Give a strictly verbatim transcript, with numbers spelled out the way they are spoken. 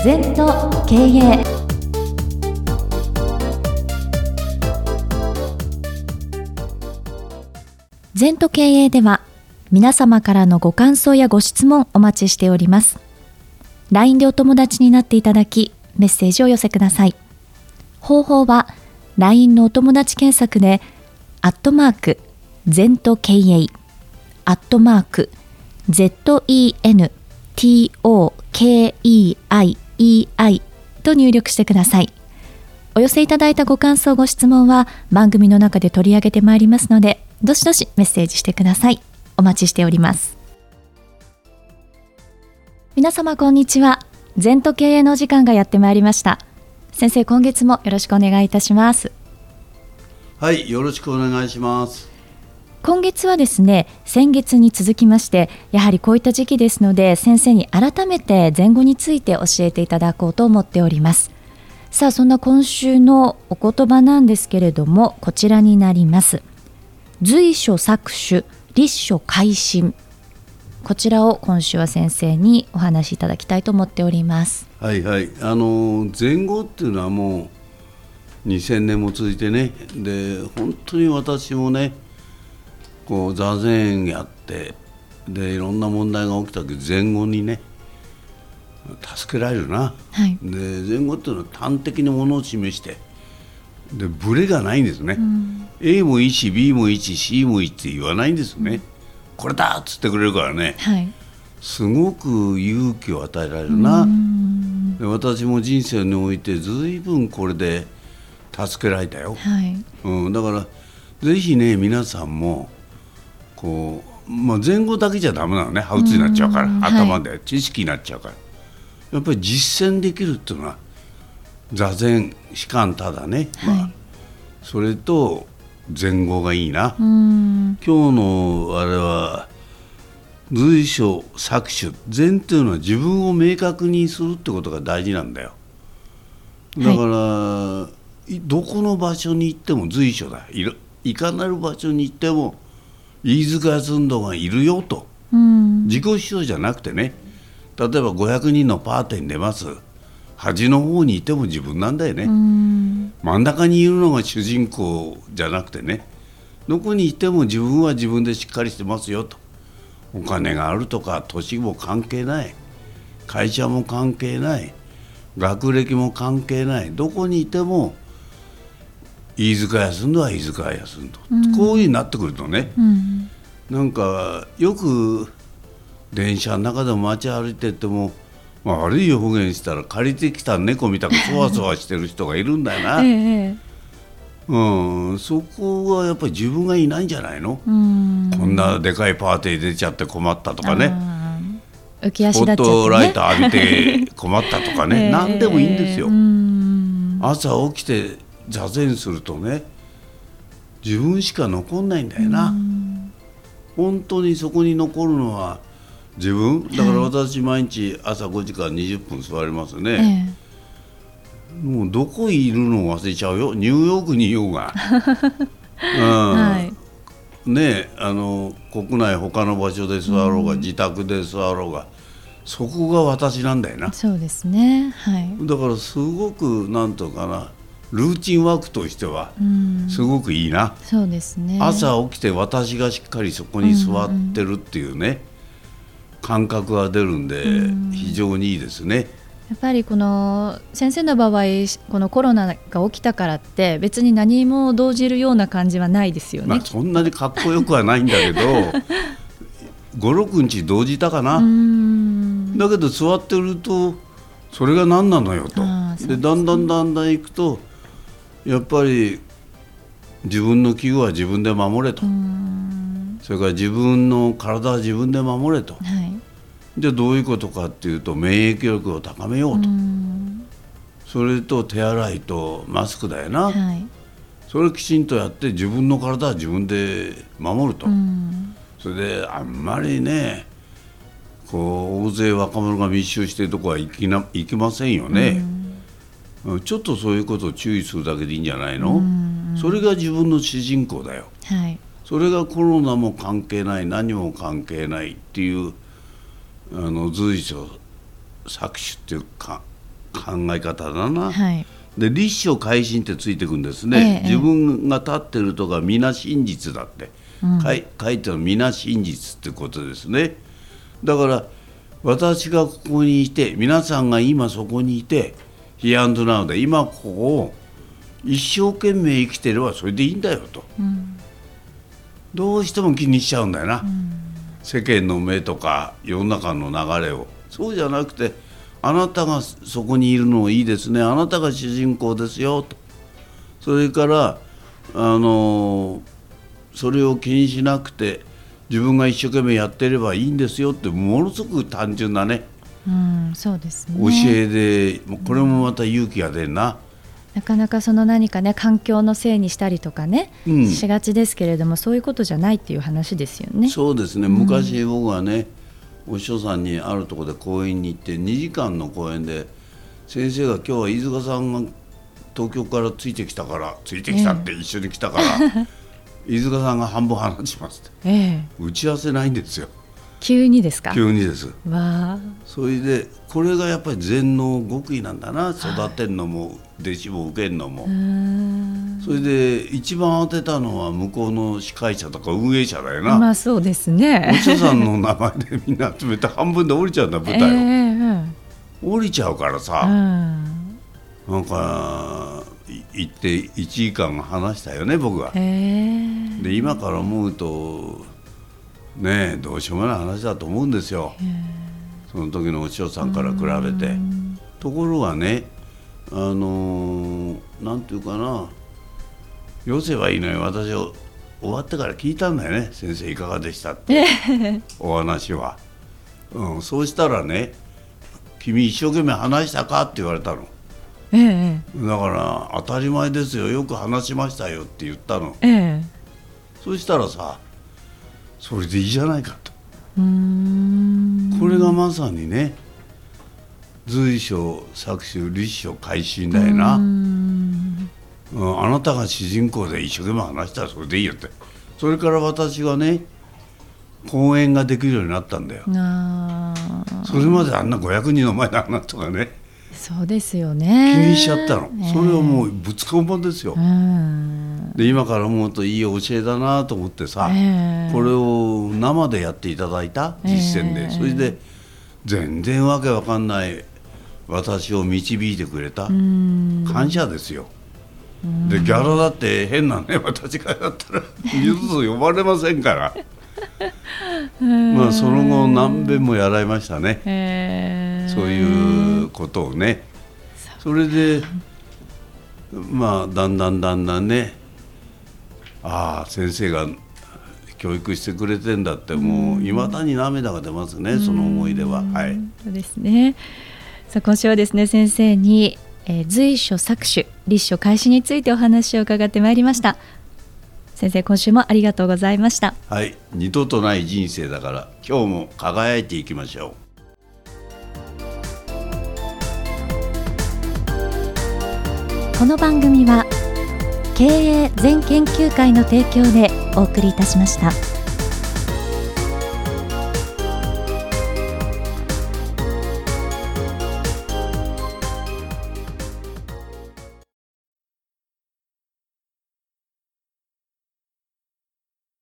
禅と経営。禅と経営では皆様からのご感想やご質問お待ちしております。 ライン でお友達になっていただきメッセージをお寄せください。方法は ライン のお友達検索でアットマーク禅と経営アットマーク ゼットイーエヌティーオーケーイーアイイーアイ と入力してください。お寄せいただいたご感想ご質問は番組の中で取り上げてまいりますので、どしどしメッセージしてください。お待ちしております。皆様こんにちは。禅と経営の時間がやってまいりました。先生、今月もよろしくお願いいたします。 はい、よろしくお願いします。 今月はですね、先月に続きましてやはりこういった時期ですので、先生に改めて禅語について教えていただこうと思っております。さあ、そんな今週のお言葉なんですけれども、こちらになります。随所搾取立所改心、こちらを今週は先生にお話しいただきたいと思っております。 はいはい、あの禅語っていうのはもうにせんねんも続いてね、で本当に私もねこう座禅やってでいろんな問題が起きたけど禅語にね助けられるな、はい、で禅語っていうのは端的なものを示してでブレがないんですね、うん、A もいち B もいち C もいちって言わないんですね、うん、これだっつってくれるからね、はい、すごく勇気を与えられるな。で私も人生において随分これで助けられたよ、はいうん、だからぜひね皆さんもこう、まあ、前後だけじゃダメなのね、ハウツになっちゃうから、頭で知識になっちゃうから、やっぱり実践できるっていうのは座禅士官ただね、はいまあ、それと前後がいいな。うん今日のあれは随所搾取、禅っていうのは自分を明確にするってことが大事なんだよ。だから、はい、どこの場所に行っても随所だ。い, いかなる場所に行っても飯塚康人がいるよと、うん、自己主張じゃなくてね、例えばごひゃくにんのパーティーに出ます、端の方にいても自分なんだよね、うん、真ん中にいるのが主人公じゃなくてね、どこにいても自分は自分でしっかりしてますよと。お金があるとか年も関係ない、会社も関係ない、学歴も関係ない、どこにいても飯塚康人は飯塚康人、うん、こういう風になってくるとね、うん、なんかよく電車の中でも街歩いてっても、まあ、悪い表現したら借りてきた猫みたくそわそわしてる人がいるんだよな、ええうん、そこはやっぱり自分がいないんじゃないの、うん、こんなでかいパーティー出ちゃって困ったとかね、 浮き足立っちゃってね、 スポットライト浴びて困ったとかね、えー、何でもいいんですよ、うん、朝起きて座禅するとね自分しか残んないんだよな、うん、本当にそこに残るのは自分だから私毎日朝ごじからにじゅっぷん座りますね、えーもうどこにいるのを忘れちゃうよ、ニューヨークにいようが、うんはいね、あの国内他の場所で座ろうが、うん、自宅で座ろうがそこが私なんだよな。 そうですね、はい、 だからすごくなんとかなルーチンワークとしてはすごくいいな、 うん、そうですね、 朝起きて私がしっかりそこに座ってるっていうね、うんうん、感覚が出るんで、うん、非常にいいですね。 やっぱりこの先生の場合このコロナが起きたからって別に何も動じるような感じはないですよね、 まあ、そんなにかっこよくはないんだけどごろくにち動じたかな。うーんだけど座ってるとそれが何なのよと、でだんだんだんだんいくとやっぱり自分の器具は自分で守れと、うーんそれから自分の体は自分で守れと、はいでどういうことかっていうと免疫力を高めようと、うんそれと手洗いとマスクだよな、はい、それをきちんとやって自分の体は自分で守ると、うんそれであんまりねこう大勢若者が密集しているところは行きな、行きませんよね、うんちょっとそういうことを注意するだけでいいんじゃないの、うんそれが自分の主人公だよ、はい、それがコロナも関係ない何も関係ないっていうあの随所搾取っていうか考え方だな、 はい、 で立証改心ってついてくんですね、 ええ、 自分が立ってるとか皆真実だって、うん、書い書いてるの皆真実ってことですね。だから私がここにいて、皆さんが今そこにいて、ヒアンドナウで今ここを一生懸命生きてればそれでいいんだよと、うん、どうしても気にしちゃうんだよな、うん、世間の目とか世の中の流れを。そうじゃなくて、あなたがそこにいるのいいですね、あなたが主人公ですよと。それからあのそれを気にしなくて自分が一生懸命やってればいいんですよって、ものすごく単純なね、 うん、そうですね、 教えで、これもまた勇気が出るな。 なかなかその何かね、環境のせいにしたりとかね、うん、しがちですけれども、そういうことじゃないっていう話ですよね。 そうですね、昔僕はね、うん、お師匠さんにあるところで講演に行って、にじかんの講演で先生が今日は飯塚さんが東京からついてきたからついてきたって一緒に来たから、ええ、飯塚さんが半分話しますって、ええ、打ち合わせないんですよ。 急にですか？ 急にです。 わそれでこれがやっぱり禅の極意なんだな、育てるのも弟子も受けるのも。それで一番当てたのは向こうの司会者とか運営者だよな。 まあそうですね。 お師匠さんの名前でみんな集めて半分で降りちゃうんだ、舞台を、えー、降りちゃうからさ、なんか行っていちじかん話したよね僕が、えー、で今から思うとねえ、どうしようもない話だと思うんですよ、その時のお師匠さんから比べて。ところがね、あのー、なんていうかな、よせばいいのよ。私は終わってから聞いたんだよね、先生いかがでしたってお話は、うん、そうしたらね、君一生懸命話したかって言われたの、ええ、だから当たり前ですよ、よく話しましたよって言ったの、ええ、そしたらさ、それでいいじゃないかと。うーん、これがまさにね、随所作集立書改心だよな。うん、うん、あなたが主人公で一生懸命話したらそれでいいよって。それから私がね、講演ができるようになったんだよ。あ、それまであんなごひゃくにんの前で話とかね、 そうですよね、 気にしちゃったの、えー、それはもうぶつ根本ですよ、うん、で今から思うといい教えだなと思ってさ、えー、これを生でやっていただいた実践で、えー、それで全然わけわかんない私を導いてくれた、感謝ですよ。でギャラだって変なね、私がやったら二度と呼ばれませんからまあその後何遍もやられましたね、えー、そういうことをね。それでまあだんだんだんだんね、ああ先生が教育してくれてんだって、もういまだに涙が出ますね、その思い出は。はい、 そうですね。さあ今週はですね、先生に、えー、随所作集立書開始についてお話を伺ってまいりました。先生、今週もありがとうございました。 はい、二度とない人生だから今日も輝いていきましょう。この番組は経営全研究会の提供でお送りいたしました。